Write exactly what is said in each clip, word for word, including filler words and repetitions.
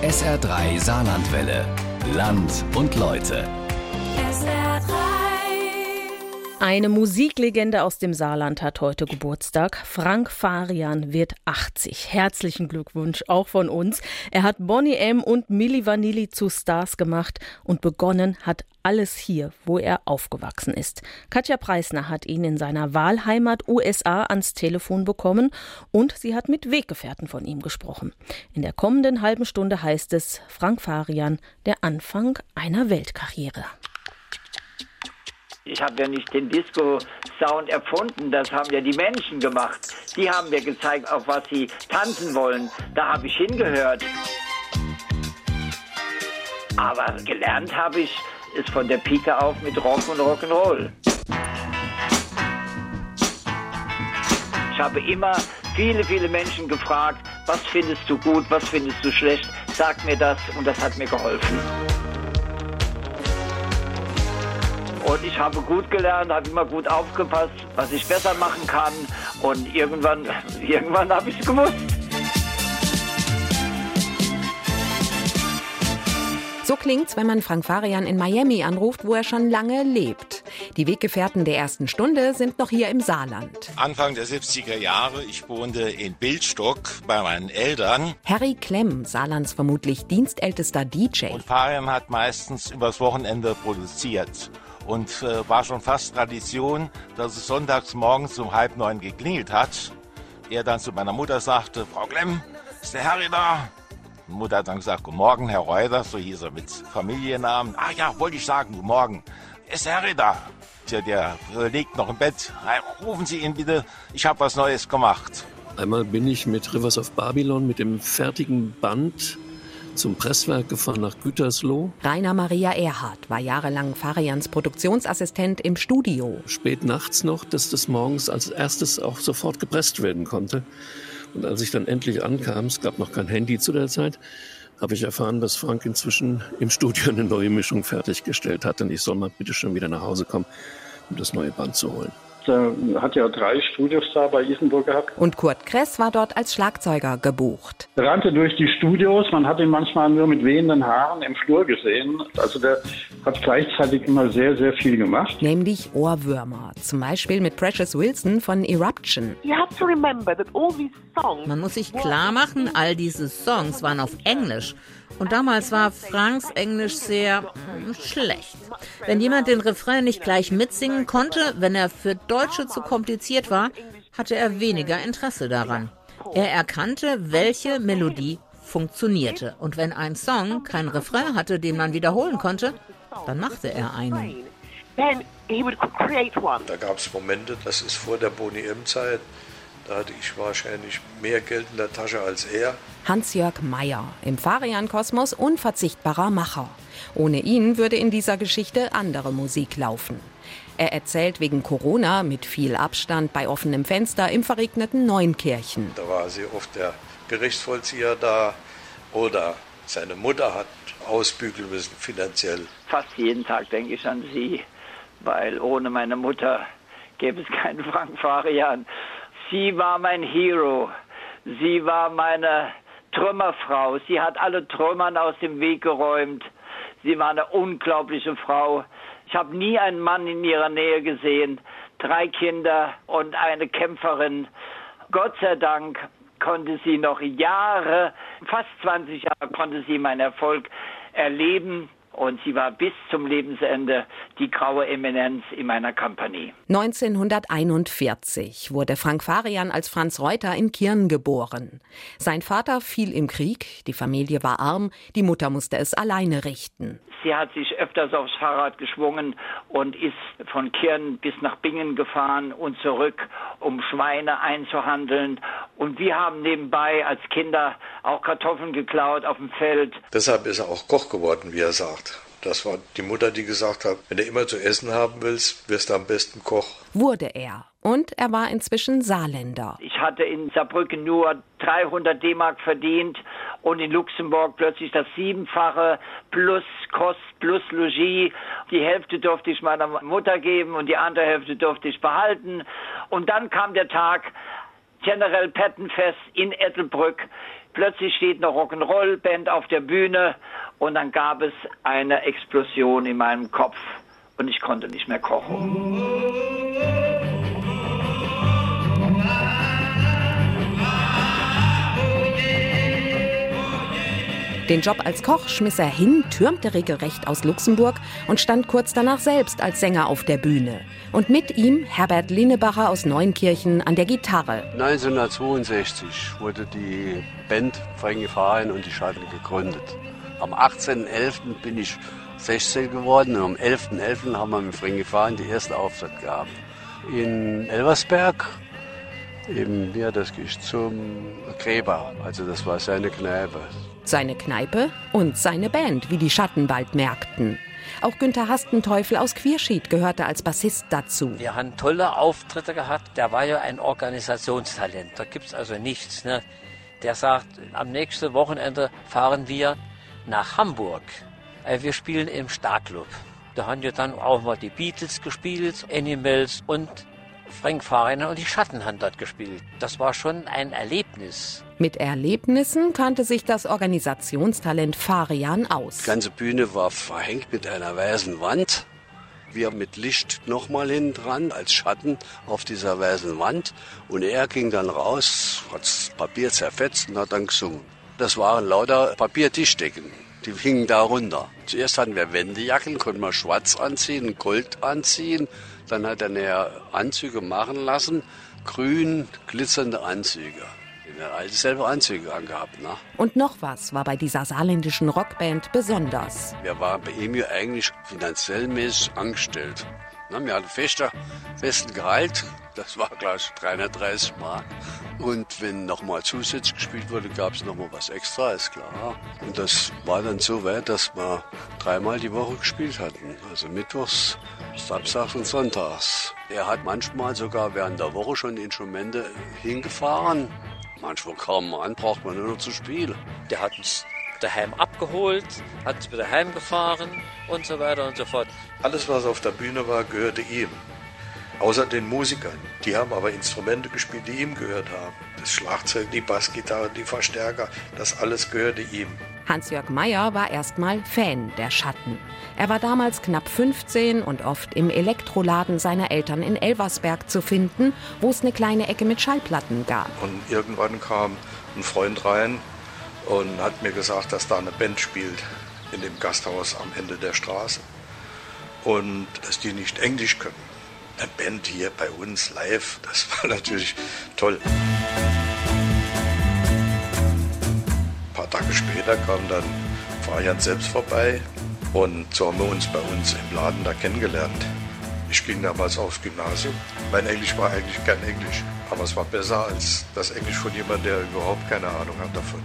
S R drei Saarlandwelle. Land und Leute. S R drei. Eine Musiklegende aus dem Saarland hat heute Geburtstag. Frank Farian wird achtzig. Herzlichen Glückwunsch auch von uns. Er hat Boney M. und Milli Vanilli zu Stars gemacht und begonnen hat alles hier, wo er aufgewachsen ist. Katja Preisner hat ihn in seiner Wahlheimat U S A ans Telefon bekommen und sie hat mit Weggefährten von ihm gesprochen. In der kommenden halben Stunde heißt es Frank Farian, der Anfang einer Weltkarriere. Ich habe ja nicht den Disco-Sound erfunden, das haben ja die Menschen gemacht. Die haben mir gezeigt, auf was sie tanzen wollen. Da habe ich hingehört. Aber gelernt habe ich es von der Pike auf mit Rock und Rock'n'Roll. Ich habe immer viele, viele Menschen gefragt, was findest du gut, was findest du schlecht, sag mir das, und das hat mir geholfen. Und ich habe gut gelernt, habe immer gut aufgepasst, was ich besser machen kann. Und irgendwann, irgendwann habe ich es gewusst. So klingt's, wenn man Frank Farian in Miami anruft, wo er schon lange lebt. Die Weggefährten der ersten Stunde sind noch hier im Saarland. Anfang der siebziger Jahre, ich wohnte in Bildstock bei meinen Eltern. Harry Klemm, Saarlands vermutlich dienstältester D J. Und Farian hat meistens übers Wochenende produziert. Und äh, war schon fast Tradition, dass es sonntags morgens um halb neun geklingelt hat. Er dann zu meiner Mutter sagte, Frau Klemm, ist der Harry da? Die Mutter hat dann gesagt, guten Morgen, Herr Reuter, so hieß er mit Familiennamen. Ach ja, wollte ich sagen, guten Morgen. Ist der Harry da? Tja, der äh, liegt noch im Bett. Rufen Sie ihn bitte, ich habe was Neues gemacht. Einmal bin ich mit Rivers of Babylon mit dem fertigen Band zum Presswerk gefahren nach Gütersloh. Rainer Maria Erhardt war jahrelang Farians Produktionsassistent im Studio. Spät nachts noch, dass das morgens als erstes auch sofort gepresst werden konnte. Und als ich dann endlich ankam, es gab noch kein Handy zu der Zeit, habe ich erfahren, dass Frank inzwischen im Studio eine neue Mischung fertiggestellt hat. Und ich soll mal bitte schon wieder nach Hause kommen, um das neue Band zu holen. Er hat ja drei Studios da bei Isenburg gehabt. Und Kurt Kress war dort als Schlagzeuger gebucht. Er rannte durch die Studios, man hat ihn manchmal nur mit wehenden Haaren im Flur gesehen. Also der hat gleichzeitig immer sehr, sehr viel gemacht. Nämlich Ohrwürmer, zum Beispiel mit Precious Wilson von Eruption. Man muss sich klar machen, all diese Songs waren auf Englisch. Und damals war Franks Englisch sehr mh, schlecht. Wenn jemand den Refrain nicht gleich mitsingen konnte, wenn er für Deutsche zu kompliziert war, hatte er weniger Interesse daran. Er erkannte, welche Melodie funktionierte. Und wenn ein Song keinen Refrain hatte, den man wiederholen konnte, dann machte er einen. Da gab es Momente, das ist vor der Boney M-Zeit, da hatte ich wahrscheinlich mehr Geld in der Tasche als er. Hans-Jörg Meyer, im Farian-Kosmos unverzichtbarer Macher. Ohne ihn würde in dieser Geschichte andere Musik laufen. Er erzählt wegen Corona mit viel Abstand bei offenem Fenster im verregneten Neunkirchen. Da war sehr oft der Gerichtsvollzieher da oder seine Mutter hat ausbügeln müssen finanziell. Fast jeden Tag denke ich an sie, weil ohne meine Mutter gäbe es keinen Frank Farian. Sie war mein Hero, sie war meine Trümmerfrau, sie hat alle Trümmern aus dem Weg geräumt. Sie war eine unglaubliche Frau. Ich habe nie einen Mann in ihrer Nähe gesehen. Drei Kinder und eine Kämpferin. Gott sei Dank konnte sie noch Jahre, fast zwanzig Jahre, konnte sie meinen Erfolg erleben. Und sie war bis zum Lebensende die graue Eminenz in meiner Company. neunzehnhunderteinundvierzig wurde Frank Farian als Franz Reuter in Kirn geboren. Sein Vater fiel im Krieg, die Familie war arm, die Mutter musste es alleine richten. Sie hat sich öfters aufs Fahrrad geschwungen und ist von Kirn bis nach Bingen gefahren und zurück, um Schweine einzuhandeln. Und wir haben nebenbei als Kinder auch Kartoffeln geklaut auf dem Feld. Deshalb ist er auch Koch geworden, wie er sagt. Das war die Mutter, die gesagt hat, wenn du immer zu essen haben willst, wirst du am besten Koch. Wurde er. Und er war inzwischen Saarländer. Ich hatte in Saarbrücken nur dreihundert D-Mark verdient und in Luxemburg plötzlich das Siebenfache plus Kost plus Logis. Die Hälfte durfte ich meiner Mutter geben und die andere Hälfte durfte ich behalten. Und dann kam der Tag, General Pettenfest in Ettelbrück. Plötzlich steht eine Rock'n'Roll-Band auf der Bühne und dann gab es eine Explosion in meinem Kopf und ich konnte nicht mehr kochen. Den Job als Koch schmiss er hin, türmte regelrecht aus Luxemburg und stand kurz danach selbst als Sänger auf der Bühne. Und mit ihm Herbert Linnebacher aus Neunkirchen an der Gitarre. neunzehnhundertzweiundsechzig wurde die Band Frankie Farian und die Schatten gegründet. Am achtzehnten elften bin ich sechzehn geworden und am elften elften haben wir mit Frankie Farian die erste Auftritt gehabt. In Elversberg, eben, ja, das geht zum Gräber, also das war seine Kneipe. Seine Kneipe und seine Band, wie die Schatten bald merkten. Auch Günther Hastenteufel aus Quierschied gehörte als Bassist dazu. Wir haben tolle Auftritte gehabt. Der war ja ein Organisationstalent. Da gibt es also nichts. Ne? Der sagt, am nächsten Wochenende fahren wir nach Hamburg. Wir spielen im Starclub. Da haben wir dann auch mal die Beatles gespielt, Animals und Frank Farian und die Schatten haben dort gespielt. Das war schon ein Erlebnis. Mit Erlebnissen kannte sich das Organisationstalent Farian aus. Die ganze Bühne war verhängt mit einer weißen Wand. Wir mit Licht nochmal hinten dran als Schatten auf dieser weißen Wand. Und er ging dann raus, hat das Papier zerfetzt und hat dann gesungen. Das waren lauter Papiertischdecken. Die hingen da runter. Zuerst hatten wir Wendejacken, konnten wir schwarz anziehen, Gold anziehen. Dann hat er näher Anzüge machen lassen, grün glitzernde Anzüge. Er hat all dieselbe Anzüge angehabt. Ne? Und noch was war bei dieser saarländischen Rockband besonders. Wir waren bei ihm ja eigentlich finanziell mäßig angestellt. Ne? Wir hatten fester, festen Gehalt, das war gleich dreihundertdreißig Mark. Und wenn nochmal zusätzlich gespielt wurde, gab es nochmal was extra, ist klar. Und das war dann so weit, dass wir dreimal die Woche gespielt hatten. Also mittwochs, samstags und sonntags. Er hat manchmal sogar während der Woche schon Instrumente hingefahren. Manchmal kam man an, braucht man nur noch zu spielen. Der hat uns daheim abgeholt, hat uns wieder heimgefahren und so weiter und so fort. Alles, was auf der Bühne war, gehörte ihm. Außer den Musikern. Die haben aber Instrumente gespielt, die ihm gehört haben. Das Schlagzeug, die Bassgitarre, die Verstärker, das alles gehörte ihm. Hans-Jörg Meyer war erstmal Fan der Schatten. Er war damals knapp fünfzehn und oft im Elektroladen seiner Eltern in Elversberg zu finden, wo es eine kleine Ecke mit Schallplatten gab. Und irgendwann kam ein Freund rein und hat mir gesagt, dass da eine Band spielt in dem Gasthaus am Ende der Straße und dass die nicht Englisch können. Eine Band hier bei uns live, das war natürlich toll. Ein paar Tage später kam dann Farian selbst vorbei und so haben wir uns bei uns im Laden da kennengelernt. Ich ging damals aufs Gymnasium. Mein Englisch war eigentlich kein Englisch, aber es war besser als das Englisch von jemandem, der überhaupt keine Ahnung hat davon.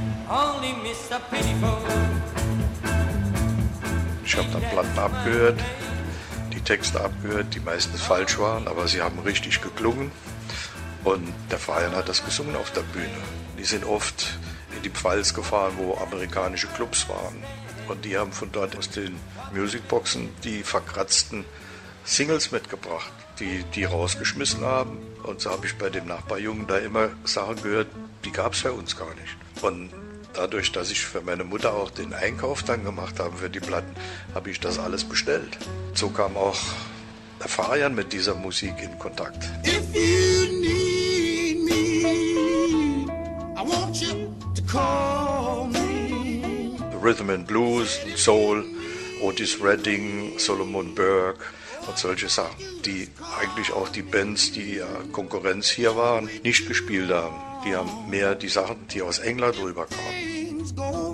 Ich habe dann Platten abgehört, die Texte abgehört, die meistens falsch waren, aber sie haben richtig geklungen. Und der Farian hat das gesungen auf der Bühne. Die sind oft in die Pfalz gefahren, wo amerikanische Clubs waren. Und die haben von dort aus den Musicboxen die verkratzten Singles mitgebracht, die die rausgeschmissen haben. Und so habe ich bei dem Nachbarjungen da immer Sachen gehört, die gab es bei uns gar nicht. Und dadurch, dass ich für meine Mutter auch den Einkauf dann gemacht habe für die Platten, habe ich das alles bestellt. So kam auch der Farian mit dieser Musik in Kontakt. If you need me, I want you to call me. Rhythm and Blues, Soul, Otis Redding, Solomon Burke und solche Sachen, die eigentlich auch die Bands, die ja Konkurrenz hier waren, nicht gespielt haben. Die haben mehr die Sachen, die aus England rüberkamen.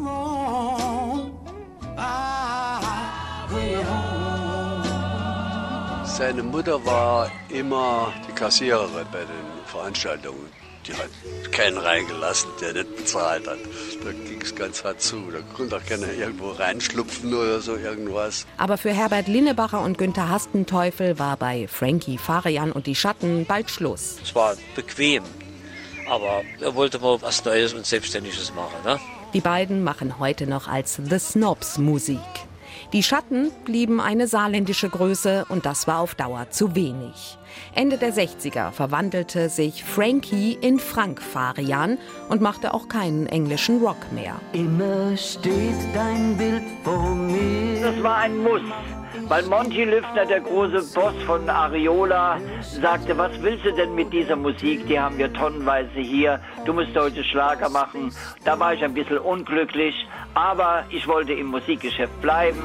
Seine Mutter war immer die Kassiererin bei den Veranstaltungen. Die hat keinen reingelassen, der nicht bezahlt hat. Da ging es ganz hart zu. Da konnte auch keiner irgendwo reinschlupfen oder so irgendwas. Aber für Herbert Linnebacher und Günther Hastenteufel war bei Frankie Farian und die Schatten bald Schluss. Es war bequem, aber er wollte mal was Neues und Selbstständiges machen. Ne? Die beiden machen heute noch als The Snobs Musik. Die Schatten blieben eine saarländische Größe und das war auf Dauer zu wenig. Ende der sechziger verwandelte sich Frankie in Frank Farian und machte auch keinen englischen Rock mehr. Immer steht dein Bild vor mir. Das war ein Muss, weil Monty Lüftner, der große Boss von Ariola, sagte, was willst du denn mit dieser Musik, die haben wir tonnenweise hier, du musst heute Schlager machen. Da war ich ein bisschen unglücklich, aber ich wollte im Musikgeschäft bleiben.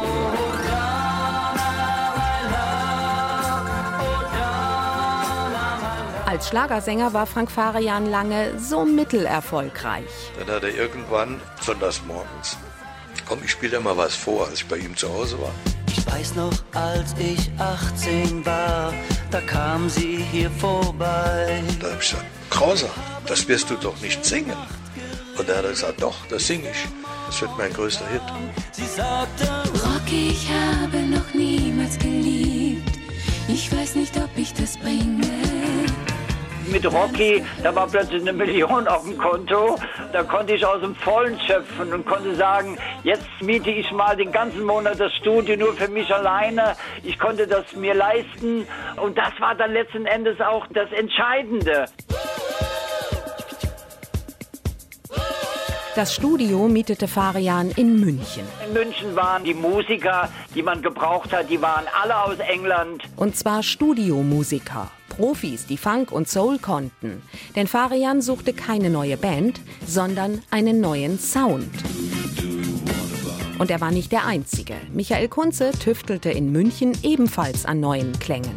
Als Schlagersänger war Frank Farian lange so mittelerfolgreich. Dann hat er irgendwann, sonntags morgens, komm, ich spiele dir mal was vor, als ich bei ihm zu Hause war. Ich weiß noch, als ich achtzehn war, da kam sie hier vorbei. Da hab ich gesagt, Krauser, das wirst du doch nicht singen. Und da hat er gesagt, doch, das singe ich. Das wird mein größter Hit. Sie sagte, Rocky, ich habe noch niemals geliebt. Ich weiß nicht, ob ich das bringe. Mit Rocky, da war plötzlich eine Million auf dem Konto. Da konnte ich aus dem Vollen schöpfen und konnte sagen, jetzt miete ich mal den ganzen Monat das Studio nur für mich alleine. Ich konnte das mir leisten und das war dann letzten Endes auch das Entscheidende. Das Studio mietete Farian in München. In München waren die Musiker, die man gebraucht hat, die waren alle aus England. Und zwar Studiomusiker. Profis, die Funk und Soul konnten. Denn Farian suchte keine neue Band, sondern einen neuen Sound. Und er war nicht der Einzige. Michael Kunze tüftelte in München ebenfalls an neuen Klängen.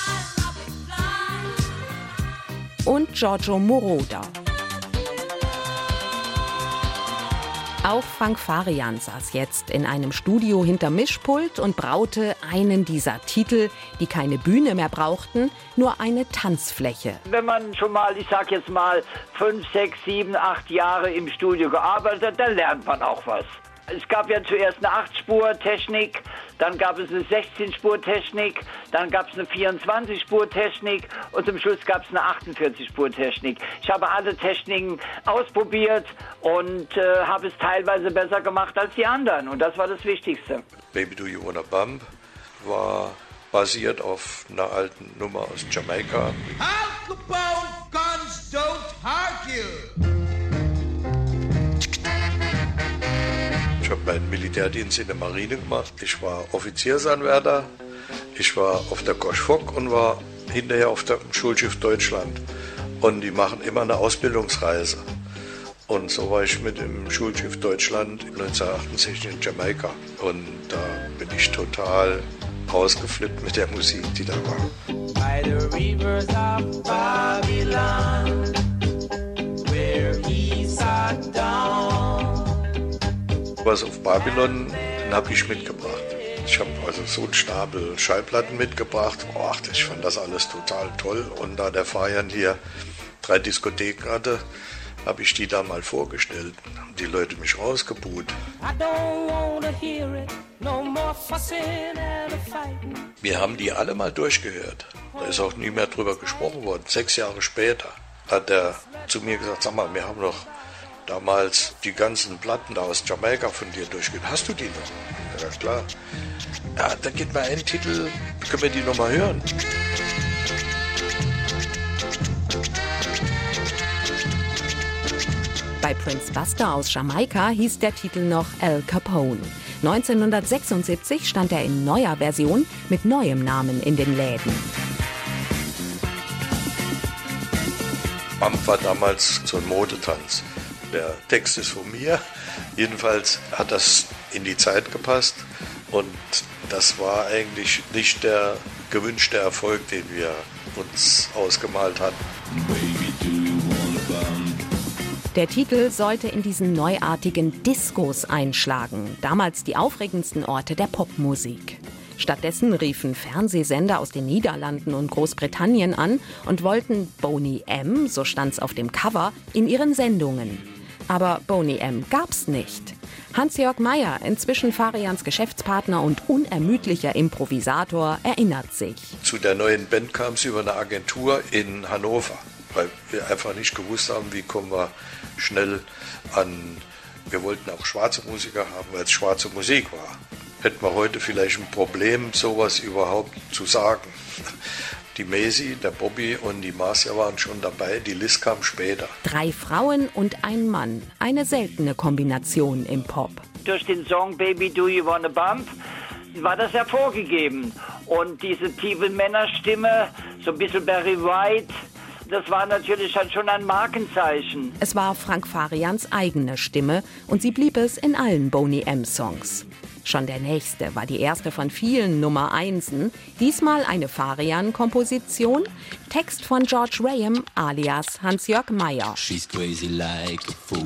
Und Giorgio Moroder. Auch Frank Farian saß jetzt in einem Studio hinter Mischpult und braute einen dieser Titel, die keine Bühne mehr brauchten, nur eine Tanzfläche. Wenn man schon mal, ich sag jetzt mal, fünf, sechs, sieben, acht Jahre im Studio gearbeitet hat, dann lernt man auch was. Es gab ja zuerst eine acht-Spur-Technik, dann gab es eine sechzehn-Spur-Technik, dann gab es eine vierundzwanzig-Spur-Technik und zum Schluss gab es eine achtundvierzig-Spur-Technik. Ich habe alle Techniken ausprobiert und äh, habe es teilweise besser gemacht als die anderen und das war das Wichtigste. Baby Do You Wanna Bump war basiert auf einer alten Nummer aus Jamaika. Al Capone, guns don't hurt you. Ich habe meinen Militärdienst in der Marine gemacht. Ich war Offiziersanwärter, ich war auf der Gosch Fock und war hinterher auf dem Schulschiff Deutschland. Und die machen immer eine Ausbildungsreise. Und so war ich mit dem Schulschiff Deutschland neunzehnhundertachtundsechzig in Jamaika. Und da bin ich total ausgeflippt mit der Musik, die da war. By the rivers of Babylon, where he sat down. Was auf Babylon habe ich mitgebracht. Ich habe also so einen Stapel Schallplatten mitgebracht. Oh, ich fand das alles total toll. Und da der Farian hier drei Diskotheken hatte, habe ich die da mal vorgestellt. Haben die Leute mich rausgebuht. Wir haben die alle mal durchgehört. Da ist auch nie mehr drüber gesprochen worden. Sechs Jahre später hat er zu mir gesagt, sag mal, wir haben noch damals die ganzen Platten da aus Jamaika von dir durchgehört. Hast du die noch? Ja, klar. Ja, da geht mal ein Titel, können wir die noch mal hören? Bei Prince Buster aus Jamaika hieß der Titel noch Al Capone. neunzehnhundertsechsundsiebzig stand er in neuer Version mit neuem Namen in den Läden. Bump war damals so ein Modetanz. Der Text ist von mir. Jedenfalls hat das in die Zeit gepasst. Und das war eigentlich nicht der gewünschte Erfolg, den wir uns ausgemalt hatten. Der Titel sollte in diesen neuartigen Diskos einschlagen, damals die aufregendsten Orte der Popmusik. Stattdessen riefen Fernsehsender aus den Niederlanden und Großbritannien an und wollten Boney M., so stand's auf dem Cover, in ihren Sendungen. Aber Boney M. gab's nicht. Hans-Jörg Meyer, inzwischen Farians Geschäftspartner und unermüdlicher Improvisator, erinnert sich. Zu der neuen Band kam es über eine Agentur in Hannover, weil wir einfach nicht gewusst haben, wie kommen wir schnell an. Wir wollten auch schwarze Musiker haben, weil es schwarze Musik war. hätten wir heute vielleicht ein Problem, sowas überhaupt zu sagen. Die Maisie, der Bobby und die Marcia waren schon dabei, die Liz kam später. Drei Frauen und ein Mann, eine seltene Kombination im Pop. Durch den Song Baby Do You Wanna Bump war das hervorgegeben. Und diese tiefe Männerstimme, so ein bisschen Barry White, das war natürlich dann schon ein Markenzeichen. Es war Frank Farians eigene Stimme und sie blieb es in allen Boney M-Songs. Schon der nächste war die erste von vielen Nummer Einsen. Diesmal eine Farian-Komposition. Text von George Graham alias Hans-Jörg Meyer. She's crazy like a fool.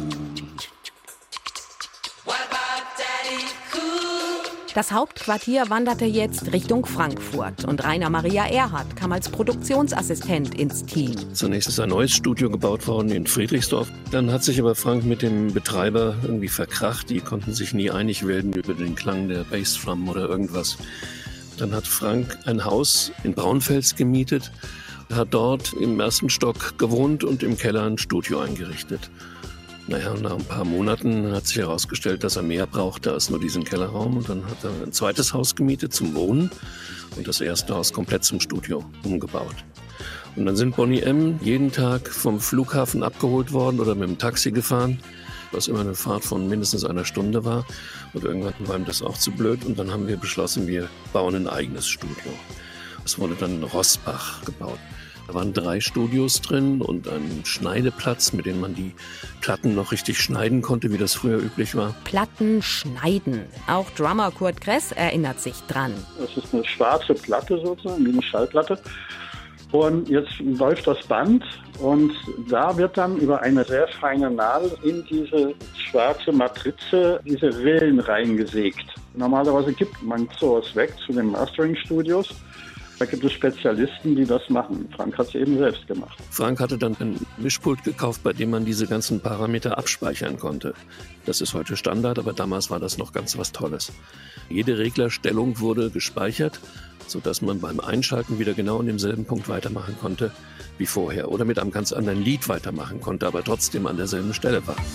Das Hauptquartier wanderte jetzt Richtung Frankfurt und Rainer Maria Erhardt kam als Produktionsassistent ins Team. Zunächst ist ein neues Studio gebaut worden in Friedrichsdorf. Dann hat sich aber Frank mit dem Betreiber irgendwie verkracht. Die konnten sich nie einig werden über den Klang der Bassdrum oder irgendwas. Dann hat Frank ein Haus in Braunfels gemietet, hat dort im ersten Stock gewohnt und im Keller ein Studio eingerichtet. Naja, nach ein paar Monaten hat sich herausgestellt, dass er mehr brauchte als nur diesen Kellerraum. Und dann hat er ein zweites Haus gemietet zum Wohnen und das erste Haus komplett zum Studio umgebaut. Und dann sind Boney M. jeden Tag vom Flughafen abgeholt worden oder mit dem Taxi gefahren, was immer eine Fahrt von mindestens einer Stunde war. Und irgendwann war ihm das auch zu blöd. Und dann haben wir beschlossen, wir bauen ein eigenes Studio. Es wurde dann in Rossbach gebaut. Da waren drei Studios drin und ein Schneideplatz, mit dem man die Platten noch richtig schneiden konnte, wie das früher üblich war. Platten schneiden. Auch Drummer Kurt Kress erinnert sich dran. Das ist eine schwarze Platte sozusagen, wie eine Schallplatte. Und jetzt läuft das Band und da wird dann über eine sehr feine Nadel in diese schwarze Matrize diese Rillen reingesägt. Normalerweise gibt man sowas weg zu den Mastering-Studios. Da gibt es Spezialisten, die das machen. Frank hat es eben selbst gemacht. Frank hatte dann ein Mischpult gekauft, bei dem man diese ganzen Parameter abspeichern konnte. Das ist heute Standard, aber damals war das noch ganz was Tolles. Jede Reglerstellung wurde gespeichert, sodass man beim Einschalten wieder genau an demselben Punkt weitermachen konnte wie vorher. Oder mit einem ganz anderen Lied weitermachen konnte, aber trotzdem an derselben Stelle war.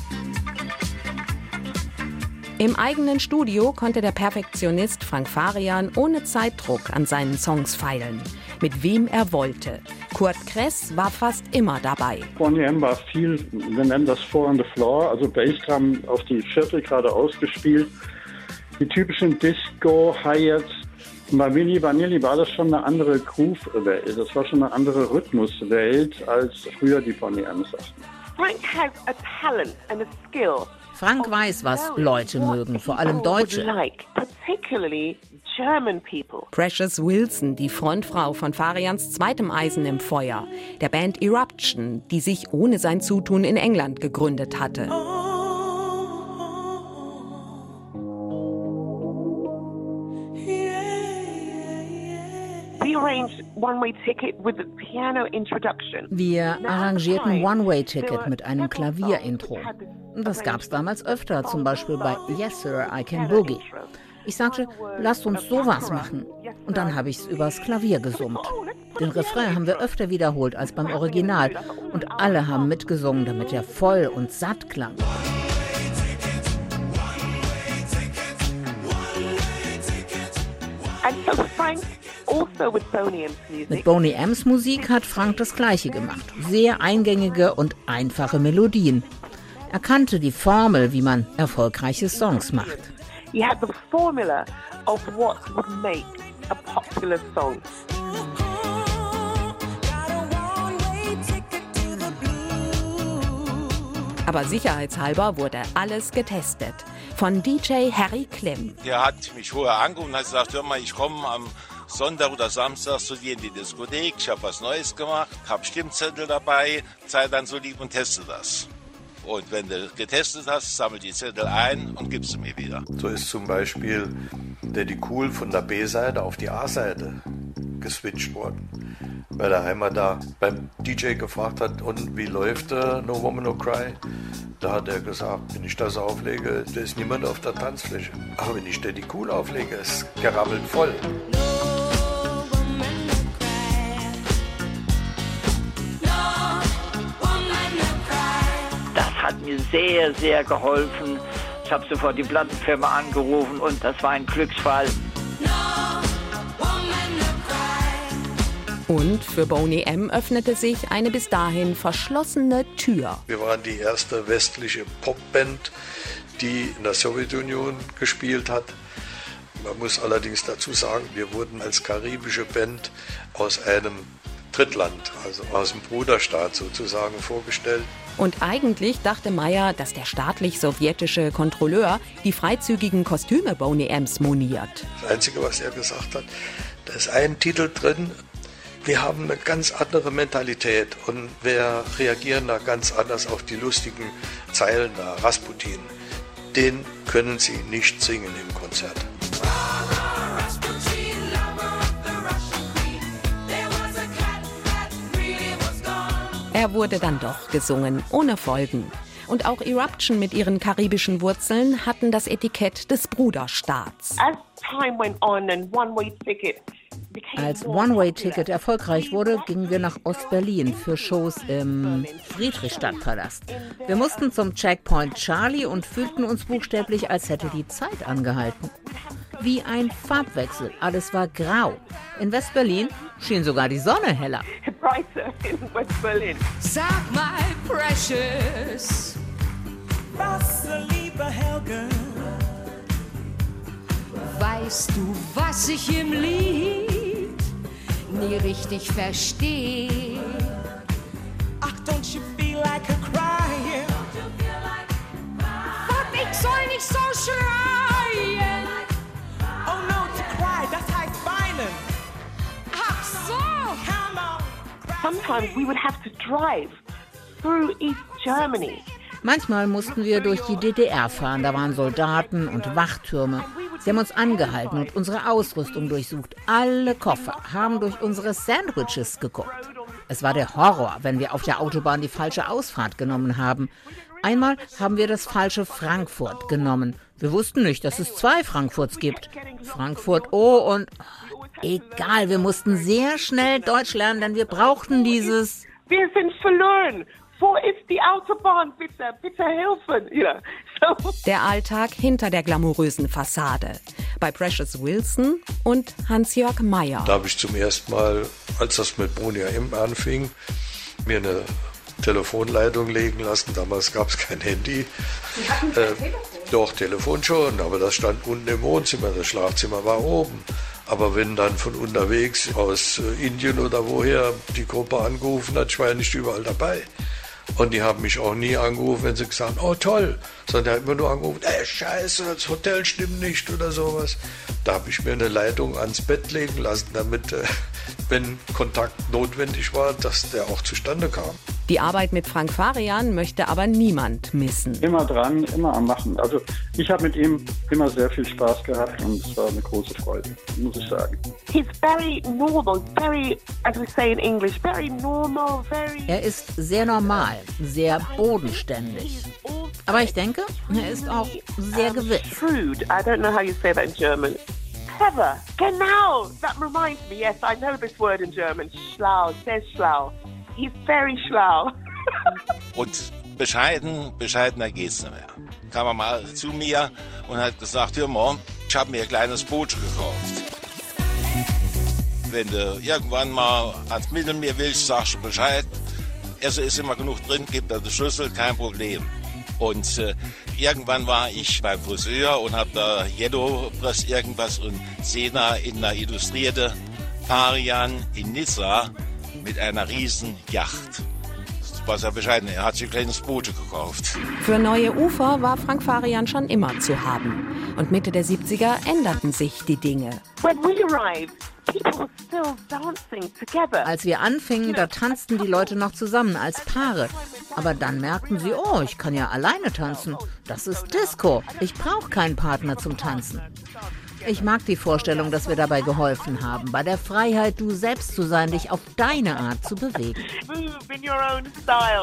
Im eigenen Studio konnte der Perfektionist Frank Farian ohne Zeitdruck an seinen Songs feilen. Mit wem er wollte. Kurt Kress war fast immer dabei. Boney M. war viel, wir nennen das Four on the Floor, also Bassdrum auf die Viertel gerade ausgespielt. Die typischen Disco, Hi-Hats. Bei Milli Vanilli war das schon eine andere Groove-Welt. Das war schon eine andere Rhythmuswelt als früher die Boney M-Sachen. Frank has a talent and a skill. Frank weiß, was Leute mögen, vor allem Deutsche. Precious Wilson, die Frontfrau von Farians zweitem Eisen im Feuer, der Band Eruption, die sich ohne sein Zutun in England gegründet hatte. Wir arrangierten One-Way-Ticket mit einem Klavierintro. Das gab es damals öfter, zum Beispiel bei Yes Sir, I Can Boogie. Ich sagte, lasst uns sowas machen. Und dann habe ich es übers Klavier gesummt. Den Refrain haben wir öfter wiederholt als beim Original. Und alle haben mitgesungen, damit er voll und satt klang. Mit Boney M's Musik hat Frank das Gleiche gemacht. Sehr eingängige und einfache Melodien. Er kannte die Formel, wie man erfolgreiche Songs macht. He had the formula of what would make a popular song. Aber sicherheitshalber wurde alles getestet. Von D J Harry Klim. Der hat mich vorher angerufen und hat gesagt, hör mal, ich komme am Sonntag oder Samstag zu dir in die Diskothek. Ich habe was Neues gemacht, habe Stimmzettel dabei, sei dann so lieb und teste das. Und wenn du getestet hast, sammel die Zettel ein und gibst sie mir wieder. So ist zum Beispiel Daddy Cool von der B-Seite auf die A-Seite geswitcht worden. Weil der Heimer da beim D J gefragt hat, und wie läuft äh, No Woman No Cry? Da hat er gesagt, wenn ich das auflege, da ist niemand auf der Tanzfläche. Aber wenn ich Daddy Cool auflege, ist gerammelt voll. Das hat mir sehr, sehr geholfen, Ich habe sofort die Plattenfirma angerufen und das war ein Glücksfall. Und für Boney M. öffnete sich eine bis dahin verschlossene Tür. Wir waren die erste westliche Popband, die in der Sowjetunion gespielt hat. Man muss allerdings dazu sagen, wir wurden als karibische Band aus einem Drittland, also aus dem Bruderstaat sozusagen, vorgestellt. Und eigentlich dachte Meyer, dass der staatlich-sowjetische Kontrolleur die freizügigen Kostüme Boney M's moniert. Das Einzige, was er gesagt hat, da ist ein Titel drin, wir haben eine ganz andere Mentalität und wir reagieren da ganz anders auf die lustigen Zeilen da, Rasputin. Den können Sie nicht singen im Konzert. Er wurde dann doch gesungen, ohne Folgen. Und auch Eruption mit ihren karibischen Wurzeln hatten das Etikett des Bruderstaats. As time went on and one-way ticket Als One-Way-Ticket erfolgreich wurde, gingen wir nach Ostberlin für Shows im Friedrichstadtpalast. Wir mussten zum Checkpoint Charlie und fühlten uns buchstäblich, als hätte die Zeit angehalten. Wie ein Farbwechsel, alles war grau. In Westberlin schien sogar die Sonne heller. brighter in West Berlin. Sag mal, Precious, was, liebe Helge, weißt du, was ich im Lied nie richtig verstehe? Ach, don't you feel like a crying? Und ich soll nicht so schreien. Oh no, to cry, das heißt weinen. Ach so, come on. Sometimes we would have to drive through East Germany. Manchmal mussten wir durch die D D R fahren, da waren Soldaten und Wachtürme. Sie haben uns angehalten und unsere Ausrüstung durchsucht. Alle Koffer haben durch unsere Sandwiches geguckt. Es war der Horror, wenn wir auf der Autobahn die falsche Ausfahrt genommen haben. Einmal haben wir das falsche Frankfurt genommen. Wir wussten nicht, dass es zwei Frankfurts gibt. Frankfurt O und... Egal, wir mussten sehr schnell Deutsch lernen, denn wir brauchten dieses... Wir sind verloren. Wo ist die Autobahn? Bitte, bitte helfen. You know, so. Der Alltag hinter der glamourösen Fassade. Bei Precious Wilson und Hans-Jörg Meyer. Da habe ich zum ersten Mal, als das mit Boney M. anfing, mir eine Telefonleitung legen lassen. Damals gab es kein Handy. Sie hatten kein äh, Telefon? Doch, Telefon schon, aber das stand unten im Wohnzimmer. Das Schlafzimmer war oben. Aber wenn dann von unterwegs aus Indien oder woher die Gruppe angerufen hat, ich war ja nicht überall dabei. Und die haben mich auch nie angerufen, wenn sie gesagt haben, oh toll, sondern die haben immer nur angerufen, ey scheiße, das Hotel stimmt nicht oder sowas. Da habe ich mir eine Leitung ans Bett legen lassen, damit, äh, wenn Kontakt notwendig war, dass der auch zustande kam. Die Arbeit mit Frank Farian möchte aber niemand missen. Immer dran, immer am Machen. Also ich habe mit ihm immer sehr viel Spaß gehabt und es war eine große Freude, muss ich sagen. He's very normal, very, as we say in English, very normal, very... Er ist sehr normal, sehr bodenständig. Aber ich denke, er ist auch sehr gewiss. Shrewd, I don't know how you say that in German. Clever, genau, that reminds me, yes, I know this word in German, schlau, sehr schlau. He's very schlau. Und bescheiden, bescheidener geht's nicht mehr. Kam er mal zu mir und hat gesagt, hör mal, ich habe mir ein kleines Boot gekauft. Wenn du irgendwann mal ans Mittelmeer willst, sagst du Bescheid. Also ist immer genug drin, gibt er die Schlüssel, kein Problem. Und äh, irgendwann war ich beim Friseur und habe da Jeddo Press irgendwas und sehe da in einer illustrierten Farian in Nizza mit einer riesen Yacht. Das war sehr bescheiden. Er hat sich ein kleines Boot gekauft. Für neue Ufer war Frank Farian schon immer zu haben. Und Mitte der siebziger änderten sich die Dinge. When we arrived, people were still dancing together. Als wir anfingen, da tanzten die Leute noch zusammen als Paare. Aber dann merkten sie, oh, ich kann ja alleine tanzen. Das ist Disco. Ich brauche keinen Partner zum Tanzen. Ich mag die Vorstellung, dass wir dabei geholfen haben, bei der Freiheit, du selbst zu sein, dich auf deine Art zu bewegen. Move in your own style.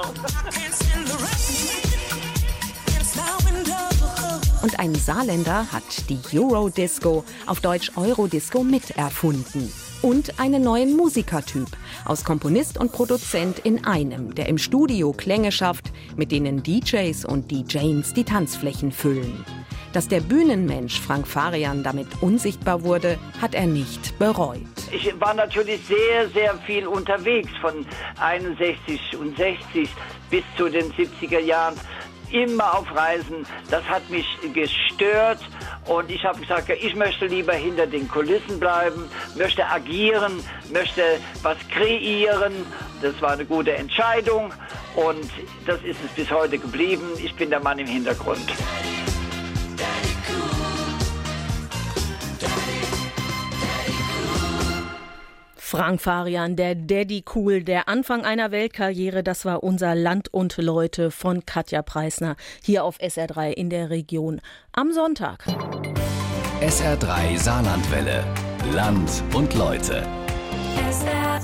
Und ein Saarländer hat die Eurodisco, auf Deutsch Eurodisco, miterfunden. Und einen neuen Musikertyp, aus Komponist und Produzent in einem, der im Studio Klänge schafft, mit denen D Js und D Js die Tanzflächen füllen. Dass der Bühnenmensch Frank Farian damit unsichtbar wurde, hat er nicht bereut. Ich war natürlich sehr, sehr viel unterwegs von einundsechzig und sechzig bis zu den siebziger Jahren. Immer auf Reisen. Das hat mich gestört und ich habe gesagt, ich möchte lieber hinter den Kulissen bleiben, möchte agieren, möchte was kreieren. Das war eine gute Entscheidung und das ist es bis heute geblieben. Ich bin der Mann im Hintergrund. Frank Farian, der Daddy Cool, der Anfang einer Weltkarriere, das war unser Land und Leute von Katja Preisner hier auf S R drei in der Region am Sonntag. S R drei Saarlandwelle. Land und Leute. S R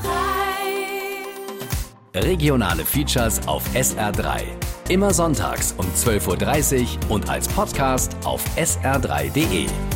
drei. Regionale Features auf S R drei. Immer sonntags um zwölf Uhr dreißig und als Podcast auf S R drei punkt de.